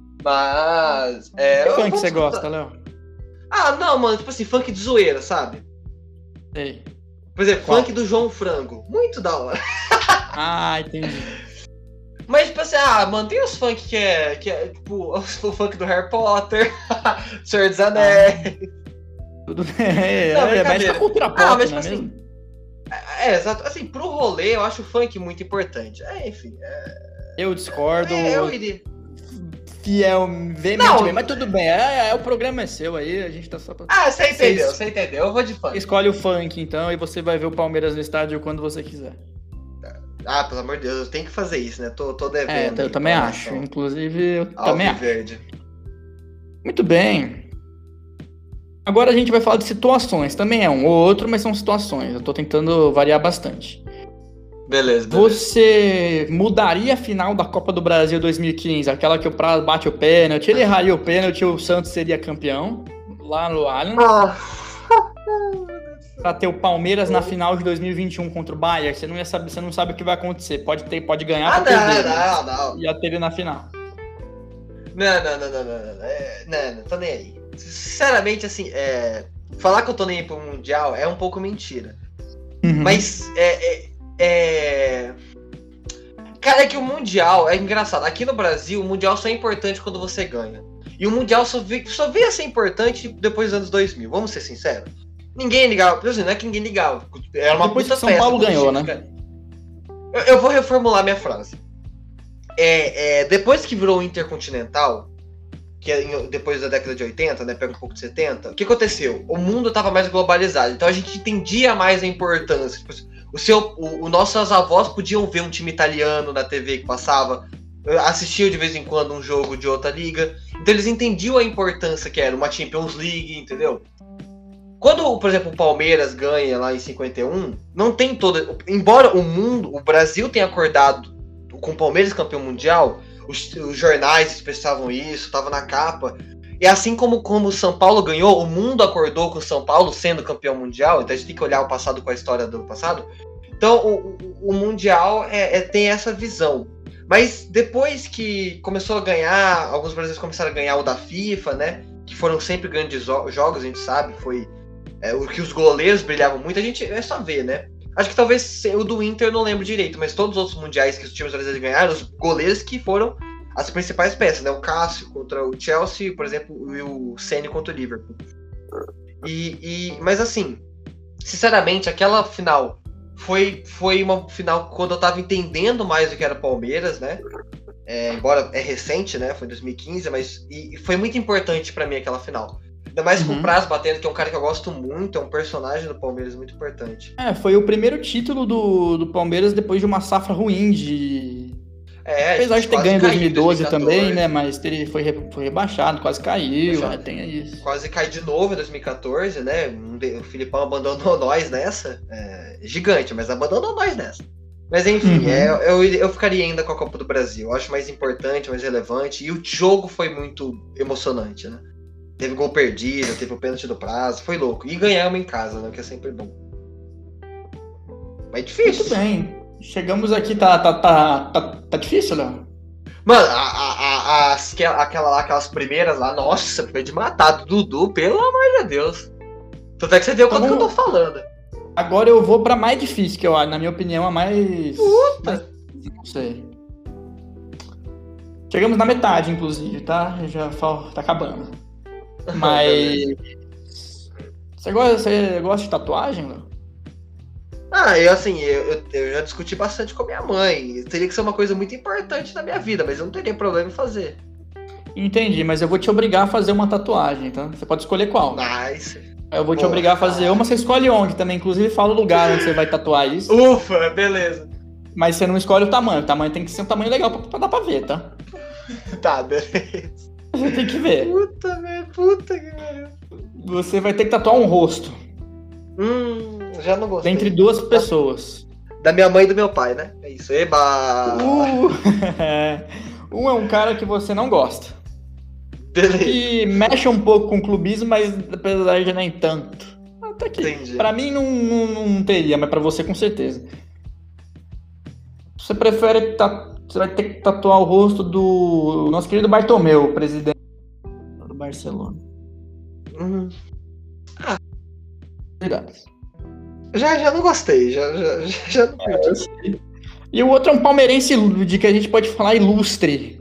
Mas, que funk você gosta, Léo? Não, mano, tipo assim, funk de zoeira, sabe? Sei. Por exemplo, funk do João Frango. Muito da hora. Entendi. Mas, tipo assim, mano, tem os funk que é tipo, o funk do Harry Potter, Senhor dos Anéis. Tudo bem. Mas a cultura pop, mas, tipo assim, exato. Assim, pro rolê, eu acho o funk muito importante. Enfim. Eu discordo. Eu iria. Veementemente, mas tudo bem, o programa é seu aí, a gente tá só pra... Você entendeu, eu vou de funk. Escolhe o funk, então, e você vai ver o Palmeiras no estádio quando você quiser. Pelo amor de Deus, eu tenho que fazer isso, né, tô devendo. Eu também acho, inclusive, eu também acho. Verde. Muito bem. Agora a gente vai falar de situações, também é um ou outro, mas são situações, eu tô tentando variar bastante. Beleza. Você mudaria a final da Copa do Brasil 2015? Aquela que o Praz bate o pênalti, ele erraria o pênalti e o Santos seria campeão lá no Allianz. Pra ter o Palmeiras na final de 2021 contra o Bayern, você não sabe o que vai acontecer. Pode ganhar, pode perder. Não. Ia ter ele na final. Não, tô nem aí. Sinceramente, assim, falar que eu tô nem aí pro Mundial é um pouco mentira. Mas Cara, é que o Mundial é engraçado. Aqui no Brasil, o Mundial só é importante quando você ganha. E o Mundial só veio a ser importante depois dos anos 2000. Vamos ser sinceros. Ninguém ligava. Não é que ninguém ligava. Era uma depois puta festa. São Paulo ganhou, né? Eu vou reformular minha frase. Depois que virou o Intercontinental, que depois da década de 80, né, pega um pouco de 70, o que aconteceu? O mundo estava mais globalizado. Então a gente entendia mais a importância. Tipo, nossos avós podiam ver um time italiano na TV que passava, assistiam de vez em quando um jogo de outra liga. Então eles entendiam a importância que era uma Champions League, entendeu? Quando, por exemplo, o Palmeiras ganha lá em 51, não tem toda... Embora o Brasil tenha acordado com o Palmeiras campeão mundial, os jornais expressavam isso, estava na capa. E assim como o São Paulo ganhou, o mundo acordou com o São Paulo sendo campeão mundial. Então a gente tem que olhar o passado com a história do passado. Então o Mundial tem essa visão. Mas depois que começou a ganhar, alguns brasileiros começaram a ganhar o da FIFA, né? Que foram sempre grandes jogos, a gente sabe. Foi o que os goleiros brilhavam muito. A gente é só ver, né? Acho que talvez o do Inter eu não lembro direito, mas todos os outros mundiais que os times brasileiros ganharam, os goleiros que foram as principais peças, né? O Cássio contra o Chelsea, por exemplo, e o Ceni contra o Liverpool. Mas assim, sinceramente, aquela final foi uma final quando eu tava entendendo mais o que era Palmeiras, né? embora é recente, né? Foi em 2015, mas e foi muito importante pra mim aquela final. Ainda mais com o Praz batendo, que é um cara que eu gosto muito, é um personagem do Palmeiras muito importante. Foi o primeiro título do Palmeiras depois de uma safra ruim apesar de ter ganho em 2012 também, né? Mas ele foi rebaixado, quase caiu, tem isso. Quase cai de novo em 2014, né? O Filipão abandonou nós nessa. Gigante, mas abandonou nós nessa. Mas enfim, eu ficaria ainda com a Copa do Brasil. Eu acho mais importante, mais relevante. E o jogo foi muito emocionante, né? Teve gol perdido, teve o pênalti do Prazo, foi louco. E ganhamos em casa, né? Que é sempre bom. Mas é difícil. Muito bem. Chegamos aqui, tá difícil, Léo? Mano, aquelas primeiras lá, nossa, foi de matar do Dudu, pelo amor de Deus. Tanto é que você vê o quanto que eu tô falando. Agora eu vou pra mais difícil, que eu acho, na minha opinião, a mais... Puta! Não sei. Chegamos na metade, inclusive, tá? Já tá acabando. Mas... Você gosta de tatuagem, Léo? Eu já discuti bastante com a minha mãe. Teria que ser uma coisa muito importante na minha vida, mas eu não teria problema em fazer. Entendi, mas eu vou te obrigar a fazer uma tatuagem, tá? Você pode escolher qual. Nice. Eu vou te obrigar a fazer uma, você escolhe onde também. Inclusive, fala o lugar onde você vai tatuar isso. Ufa, beleza. Mas você não escolhe o tamanho. O tamanho tem que ser um tamanho legal pra dar pra ver, tá? Tá, beleza. Você tem que ver. Puta que pariu. Você vai ter que tatuar um rosto. Já não gostei. Entre duas pessoas. Da minha mãe e do meu pai, né? É isso. Eba! Um é um cara que você não gosta. Beleza. Que mexe um pouco com o clubismo, mas apesar de nem tanto. Até que, entendi. Pra mim não teria, mas pra você com certeza. Você prefere você vai ter que tatuar o rosto do nosso querido Bartomeu, presidente do Barcelona. Já não gostei, já não curti. E o outro é um palmeirense de que a gente pode falar ilustre.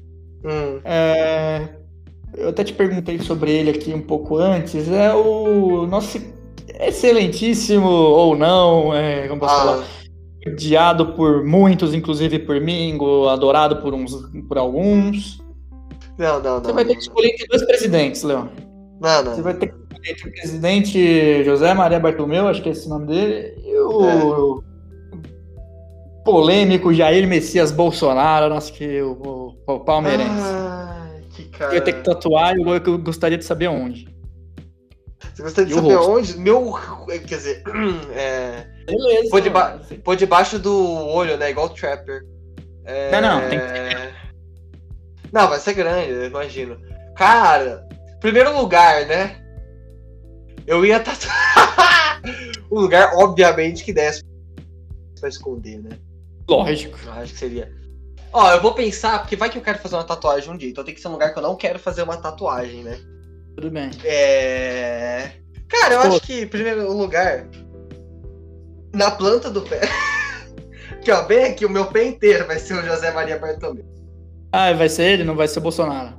Eu até te perguntei sobre ele aqui um pouco antes. É o nosso excelentíssimo, ou não, como posso falar, odiado por muitos, inclusive por mim, adorado por alguns. Não. Você vai ter que escolher entre dois presidentes, Leon. Não. Você vai ter que escolher entre o presidente José Maria Bartomeu, acho que é esse o nome dele, e o polêmico Jair Messias Bolsonaro, o palmeirense. Que cara. Eu ia ter que tatuar e eu gostaria de saber onde. Você gostaria de saber onde? Quer dizer, beleza. Pôr debaixo do olho, né? Igual o Trapper. Não, tem que... Não, vai ser grande, eu imagino. Cara, primeiro lugar, né? Eu ia tatuar um lugar, obviamente, que desse pra esconder, né? Lógico. Eu acho que seria... eu vou pensar, porque vai que eu quero fazer uma tatuagem um dia, então tem que ser um lugar que eu não quero fazer uma tatuagem, né? Tudo bem. Cara, eu acho que, em primeiro lugar, na planta do pé, aqui ó, bem aqui, o meu pé inteiro vai ser o José Maria Bartomeu. Vai ser ele, não vai ser o Bolsonaro.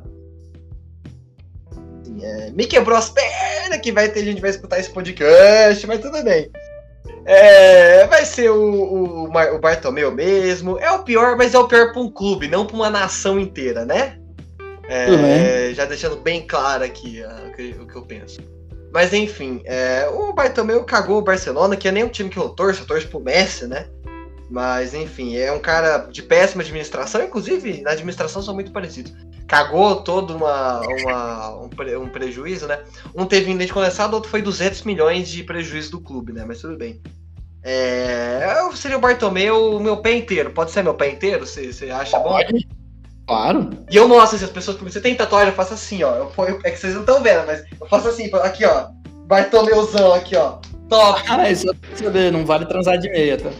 Me quebrou as pernas, que vai ter gente que vai escutar esse podcast, mas tudo bem. Vai ser o Bartomeu mesmo. É o pior, mas é o pior pra um clube, não pra uma nação inteira, né? Já deixando bem claro aqui o que eu penso. Mas enfim, o Bartomeu cagou o Barcelona, que é nem um time que eu torço pro Messi, né? Mas enfim, é um cara de péssima administração, inclusive na administração são muito parecidos. Cagou todo um prejuízo, né? Um teve em leite condensado, outro foi 200 milhões de prejuízo do clube, né? Mas tudo bem. Seria o Bartomeu, o meu pé inteiro. Pode ser meu pé inteiro? Você acha bom? Pode. Claro. E eu mostro assim, as pessoas perguntam, você tem tatuagem? Eu faço assim, ó. É que vocês não estão vendo, mas eu faço assim, aqui, ó. Bartomeuzão aqui, ó. Top! Isso eu quero saber, não vale transar de meia, tá?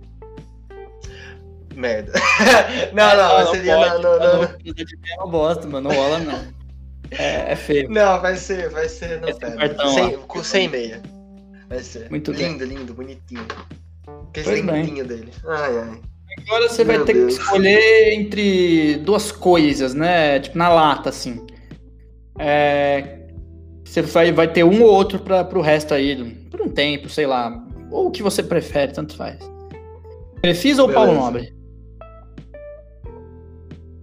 Merda. Não, seria. Não. É uma bosta, mano. Não rola, não. É feio. Não, vai ser. Não, pera. Sem meia. Vai ser. Muito lindo, bonitinho. Aquele lindinho dele. Ai. Agora você vai ter que escolher entre duas coisas, né? Tipo, na lata, assim. Você vai ter um ou outro pro resto aí, por um tempo, sei lá. Ou o que você prefere, tanto faz. Crefisa ou Paulo Nobre?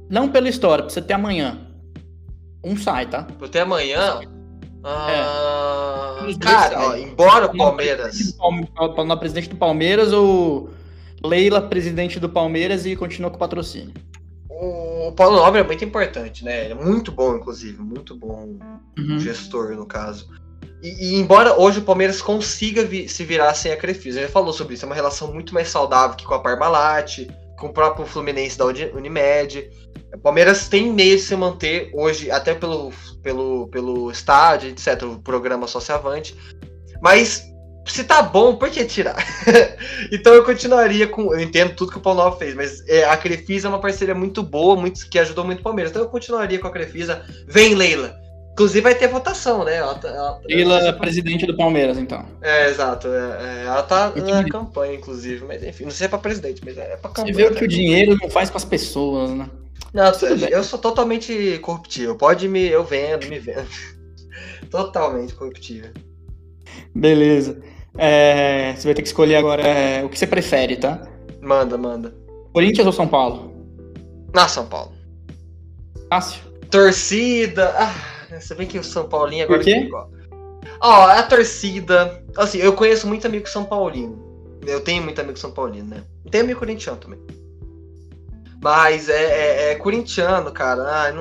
Não pela história, pra você ter amanhã. Sai, tá? Pra ter amanhã. Os dois Cara, ó, saem. embora o Palmeiras. Na presidente do Palmeiras ou Leila, presidente do Palmeiras e continua com o patrocínio? O Paulo Nobre é muito importante, né? Ele é muito bom, inclusive. Muito bom gestor, no caso. E embora hoje o Palmeiras consiga se virar sem a Crefisa, ele falou sobre isso, é uma relação muito mais saudável que com a Parmalat, com o próprio Fluminense da Unimed. O Palmeiras tem meio de se manter hoje, até pelo estádio, etc., o programa Sociavante. Mas se tá bom, por que tirar? Então eu continuaria com... Eu entendo tudo que o Paulo Nobre fez, mas a Crefisa é uma parceria muito boa, que ajudou muito o Palmeiras. Então eu continuaria com a Crefisa. Vem, Leila! Inclusive vai ter votação, né? Leila é presidente do Palmeiras, então. Exato. Ela tá na campanha, inclusive. Mas enfim, não sei se é pra presidente, mas é pra campanha. Você vê o que o dinheiro não faz com as pessoas, né? Não, eu sou totalmente corruptível. Eu vendo, me vendo. Totalmente corruptível. Beleza. Você vai ter que escolher agora o que você prefere, tá? Manda. Corinthians ou São Paulo? São Paulo. Fácil. Torcida. Você vê que o São Paulinho agora... Por quê? A torcida... Assim, eu conheço muito amigo São Paulino. Eu tenho muito amigo São Paulino, né? Tenho amigo corintiano também. Mas é corintiano, cara.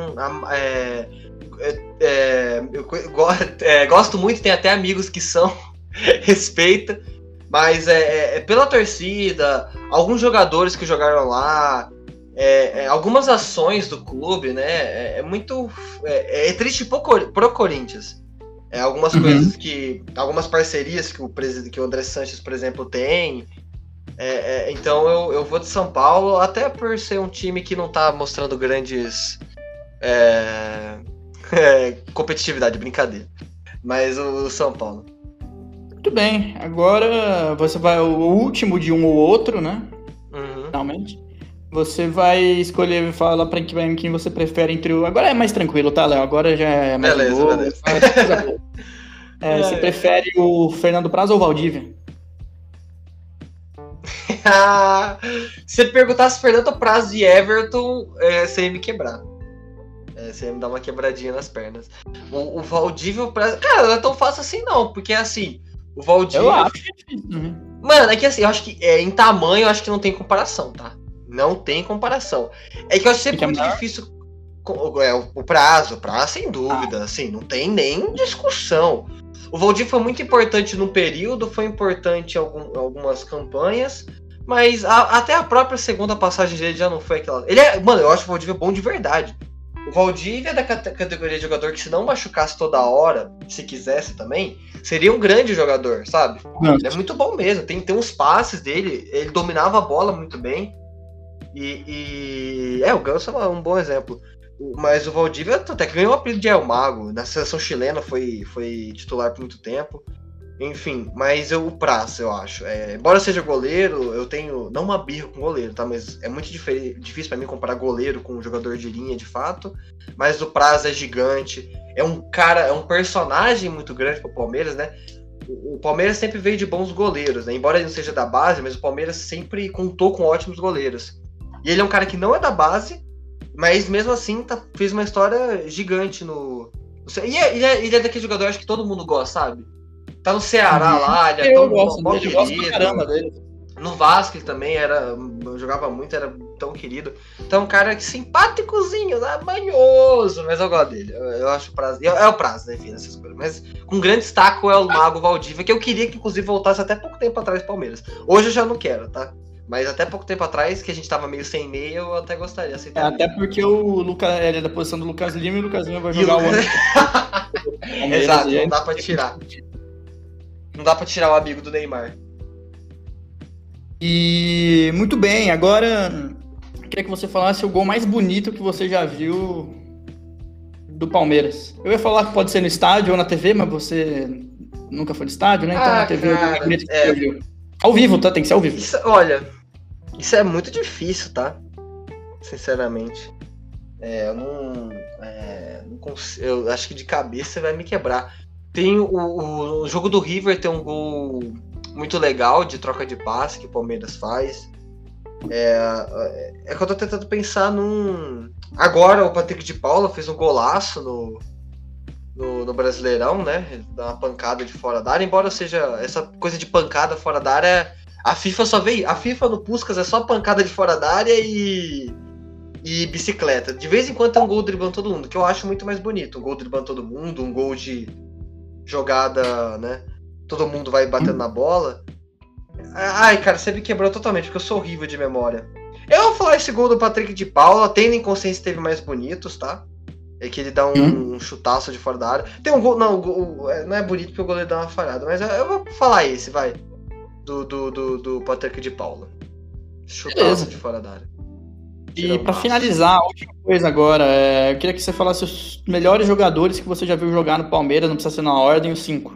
Eu gosto muito, tem até amigos que são... Respeita. Mas pela torcida, alguns jogadores que jogaram lá... algumas ações do clube, né? É muito... É triste pro Corinthians. Algumas coisas algumas parcerias que o André Sanches, por exemplo, tem. Então eu vou de São Paulo, até por ser um time que não tá mostrando grandes competitividade, brincadeira. Mas o São Paulo. Muito bem. Agora você vai o último de um ou outro, né? Finalmente. Você vai escolher, falar pra quem você prefere entre o... Agora é mais tranquilo, tá, Léo? Agora já é mais beleza. Você prefere o Fernando Praz ou o Valdívia? Se você perguntasse Fernando Praz e Everton, você ia me quebrar. Você ia me dar uma quebradinha nas pernas. O Valdívia e o Praz... Cara, não é tão fácil assim não, porque assim... O Valdívia... Eu acho difícil. Mano, é que assim, eu acho que em tamanho, eu acho que não tem comparação, tá? Não tem comparação. É que eu acho sempre muito difícil. O Praz sem dúvida, assim, não tem nem discussão. O Valdívia foi muito importante num período, foi importante em algumas campanhas, mas até a própria segunda passagem dele já não foi aquela. Mano, eu acho o Valdívia bom de verdade. O Valdívia é da categoria de jogador que, se não machucasse toda hora, se quisesse também, seria um grande jogador, sabe? Ele é muito bom mesmo. Tem uns passes dele, ele dominava a bola muito bem. O Ganso é um bom exemplo. Mas o Valdívia até que ganhou o apelido de El Mago. Na seleção chilena foi titular por muito tempo. Enfim, mas o Praz, eu acho. Embora eu seja goleiro, eu tenho não uma birra com goleiro, tá? Mas é muito difícil pra mim comparar goleiro com um jogador de linha, de fato. Mas o Praz é gigante. É um personagem muito grande pro Palmeiras, né? O Palmeiras sempre veio de bons goleiros, né? Embora ele não seja da base, mas o Palmeiras sempre contou com ótimos goleiros. E ele é um cara que não é da base, mas mesmo assim fez uma história gigante no... Ele é daquele jogador, acho que todo mundo gosta, sabe? Tá no Ceará lá, ele é tão bom querido. Eu gosto caramba dele. No Vasco ele também jogava muito, era tão querido. Então, um cara simpáticozinho, né? Manhoso, mas eu gosto dele. Eu acho o Praz. É o Praz, né? Enfim, essas coisas. Mas com grande destaque é o Mago Valdívia, que eu queria que, inclusive, voltasse até pouco tempo atrás do Palmeiras. Hoje eu já não quero, tá? Mas até pouco tempo atrás, que a gente tava meio sem meia, eu até gostaria de aceitar. Até porque o Lucas é da posição do Lucas Lima e o Lucas Lima vai jogar o ano. Exato, não dá pra tirar. Não dá pra tirar o amigo do Neymar. E muito bem, agora queria que você falasse o gol mais bonito que você já viu do Palmeiras. Eu ia falar que pode ser no estádio ou na TV, mas você nunca foi no estádio, né? Então na TV cara, que você viu. Ao vivo, tá? Tem que ser ao vivo. Isso é muito difícil, tá? Sinceramente. Eu não consigo, eu acho que de cabeça você vai me quebrar. Tem o jogo do River, tem um gol muito legal de troca de passe que o Palmeiras faz. É que eu tô tentando pensar num... Agora o Patrick de Paula fez um golaço no Brasileirão, né? Ele dá uma pancada de fora da área, embora seja essa coisa de pancada fora da área, a FIFA só veio. A FIFA no Puskás é só pancada de fora da área e bicicleta. De vez em quando tem um gol driblando todo mundo, que eu acho muito mais bonito. Um gol driblando todo mundo, um gol de jogada, né? Todo mundo vai batendo na bola. Ai, cara, você me quebrou totalmente, porque eu sou horrível de memória. Eu vou falar esse gol do Patrick de Paula, tendo em consciência teve mais bonitos, tá? É que ele dá um chutaço de fora da área. Tem um gol. Não, não é bonito porque o goleiro dá uma falhada, mas eu vou falar esse, vai. Do Patrick de Paula. Chutaço Beleza. de fora da área. E pra finalizar, a última coisa agora, eu queria que você falasse os melhores jogadores que você já viu jogar no Palmeiras, não precisa ser na ordem, os 5.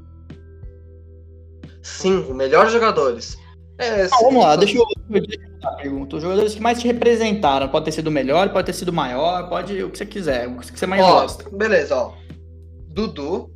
5 melhores jogadores. Vamos lá, deixa eu mudar a pergunta. Os jogadores que mais te representaram, pode ter sido o melhor, pode ter sido o maior, pode o que você quiser, o que você mais gosta. Beleza, ó. Dudu.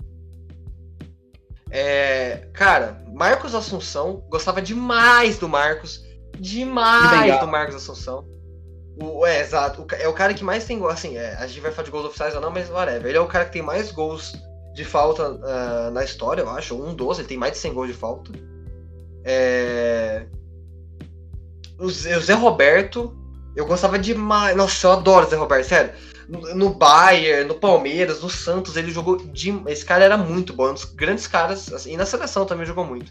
Cara, Marcos Assunção, gostava demais do Marcos. Demais do Marcos Assunção. Exato. É o cara que mais tem gols. Assim, a gente vai falar de gols oficiais ou não, mas whatever. Ele é o cara que tem mais gols de falta na história, eu acho. 12, ele tem mais de 100 gols de falta. O Zé Roberto, eu gostava demais. Nossa, eu adoro o Zé Roberto, sério. No Bayern, no Palmeiras, no Santos, ele jogou. Esse cara era muito bom, um dos grandes caras. Assim, e na seleção também jogou muito.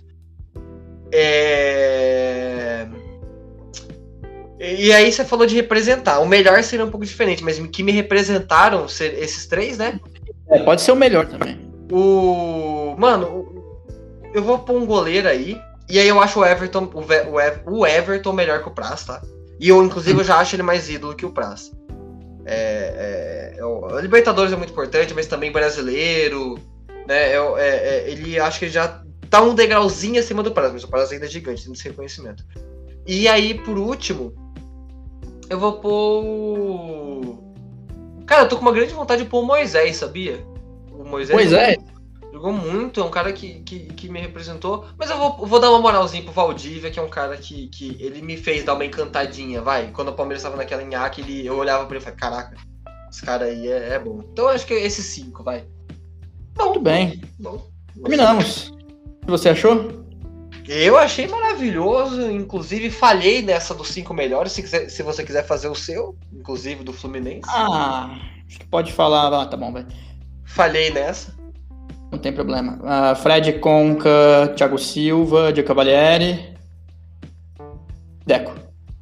E aí você falou de representar. O melhor seria um pouco diferente, mas que me representaram esses 3, né? Pode ser o melhor também. Mano, eu vou pôr um goleiro aí. E aí eu acho o Everton melhor que o Praz, tá? E inclusive, eu já acho ele mais ídolo que o Praz. O Libertadores é muito importante, mas também brasileiro, né? Ele acho que ele já tá um degrauzinho acima do Praz, mas o Praz ainda é gigante, tem esse reconhecimento. E aí, por último, eu vou pôr... Cara, eu tô com uma grande vontade de pôr o Moisés, sabia? O Moisés jogou muito, é um cara que me representou. Mas eu vou dar uma moralzinha pro Valdívia, que é um cara que ele me fez dar uma encantadinha, vai. Quando o Palmeiras tava naquela nhaque, eu olhava pra ele e falei, caraca, esse cara aí é bom. Então eu acho que é esses 5, vai. Muito bem. Terminamos. O que você achou? Eu achei maravilhoso, inclusive falhei nessa dos 5 melhores, se você quiser fazer o seu, inclusive do Fluminense. Acho que pode falar, tá bom, vai. Falhei nessa. Não tem problema. Fred, Conca, Thiago Silva, Di Cavalieri, Deco.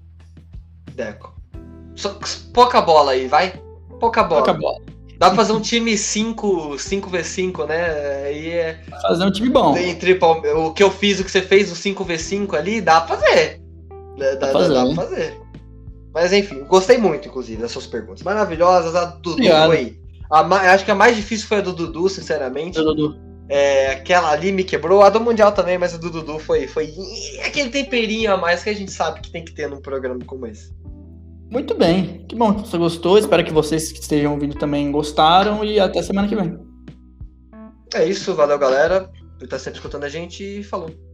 Pouca bola aí, vai. Pouca bola. Dá pra fazer um time 5x5, né? Aí fazer um time bom. Entre o que eu fiz, o que você fez, o 5x5 ali, dá pra fazer. Dá pra fazer. Mas enfim, gostei muito, inclusive, das suas perguntas. Maravilhosas. A do Dudu aí. Acho que a mais difícil foi a do Dudu, sinceramente. Aquela ali me quebrou. A do Mundial também, mas a do Dudu foi aquele temperinho a mais que a gente sabe que tem que ter num programa como esse. Muito bem, que bom que você gostou, espero que vocês que estejam ouvindo também gostaram e até semana que vem. É isso, valeu galera, por estar sempre escutando a gente e falou.